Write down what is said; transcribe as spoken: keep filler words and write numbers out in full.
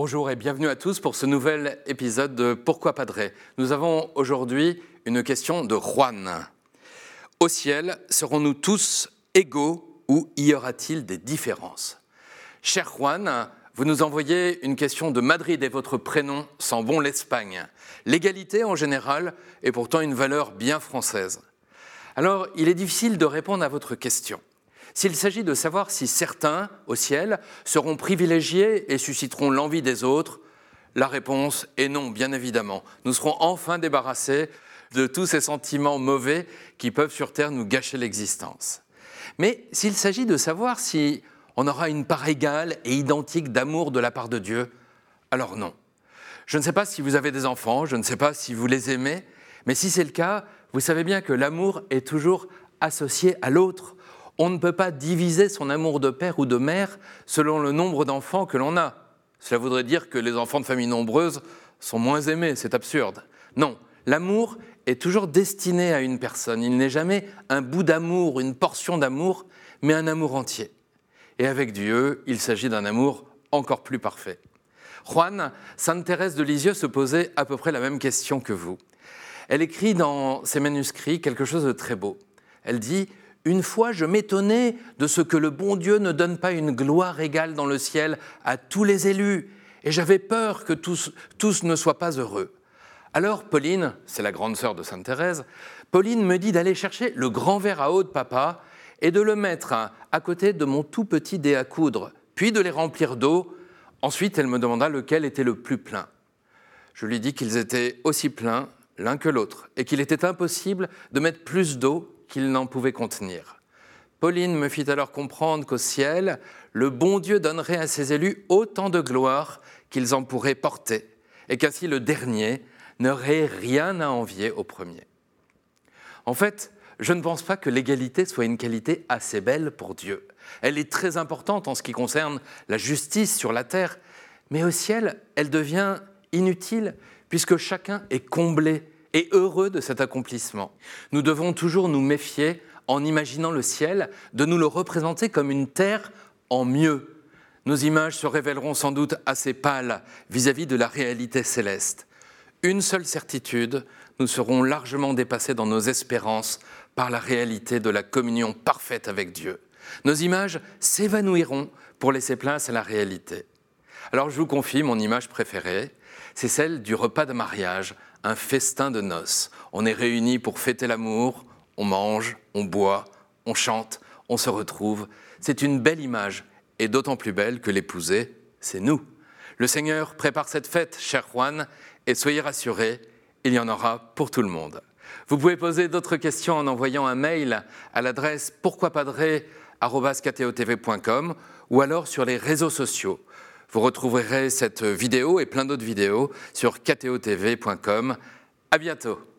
Bonjour et bienvenue à tous pour ce nouvel épisode de Pourquoi Padre. Nous avons aujourd'hui une question de Juan. Au ciel, serons-nous tous égaux ou y aura-t-il des différences ? Cher Juan, vous nous envoyez une question de Madrid et votre prénom sent bon l'Espagne. L'égalité en général est pourtant une valeur bien française. Alors, il est difficile de répondre à votre question. S'il s'agit de savoir si certains, au ciel, seront privilégiés et susciteront l'envie des autres, la réponse est non, bien évidemment. Nous serons enfin débarrassés de tous ces sentiments mauvais qui peuvent sur Terre nous gâcher l'existence. Mais s'il s'agit de savoir si on aura une part égale et identique d'amour de la part de Dieu, alors non. Je ne sais pas si vous avez des enfants, je ne sais pas si vous les aimez, mais si c'est le cas, vous savez bien que l'amour est toujours associé à l'autre. On ne peut pas diviser son amour de père ou de mère selon le nombre d'enfants que l'on a. Cela voudrait dire que les enfants de familles nombreuses sont moins aimés, c'est absurde. Non, l'amour est toujours destiné à une personne. Il n'est jamais un bout d'amour, une portion d'amour, mais un amour entier. Et avec Dieu, il s'agit d'un amour encore plus parfait. Juan, Sainte Thérèse de Lisieux se posait à peu près la même question que vous. Elle écrit dans ses manuscrits quelque chose de très beau. Elle dit « Une fois, je m'étonnais de ce que le bon Dieu ne donne pas une gloire égale dans le ciel à tous les élus, et j'avais peur que tous, tous ne soient pas heureux. Alors Pauline, c'est la grande sœur de Sainte Thérèse, Pauline me dit d'aller chercher le grand verre à eau de papa et de le mettre à côté de mon tout petit dé à coudre, puis de les remplir d'eau. Ensuite, elle me demanda lequel était le plus plein. Je lui dis qu'ils étaient aussi pleins l'un que l'autre, et qu'il était impossible de mettre plus d'eau qu'il n'en pouvait contenir. Pauline me fit alors comprendre qu'au ciel, le bon Dieu donnerait à ses élus autant de gloire qu'ils en pourraient porter, et qu'ainsi le dernier n'aurait rien à envier au premier. En fait, je ne pense pas que l'égalité soit une qualité assez belle pour Dieu. Elle est très importante en ce qui concerne la justice sur la terre, mais au ciel, elle devient inutile puisque chacun est comblé et heureux de cet accomplissement. Nous devons toujours nous méfier, en imaginant le ciel, de nous le représenter comme une terre en mieux. Nos images se révéleront sans doute assez pâles vis-à-vis de la réalité céleste. Une seule certitude, nous serons largement dépassés dans nos espérances par la réalité de la communion parfaite avec Dieu. Nos images s'évanouiront pour laisser place à la réalité. Alors je vous confie mon image préférée, c'est celle du repas de mariage, un festin de noces. On est réunis pour fêter l'amour, on mange, on boit, on chante, on se retrouve. C'est une belle image, et d'autant plus belle que l'épousé, c'est nous. Le Seigneur prépare cette fête, cher Juan, et soyez rassurés, il y en aura pour tout le monde. Vous pouvez poser d'autres questions en envoyant un mail à l'adresse pourquoipadre arobase k t o t v point com ou alors sur les réseaux sociaux. Vous retrouverez cette vidéo et plein d'autres vidéos sur k t o t v point com. À bientôt.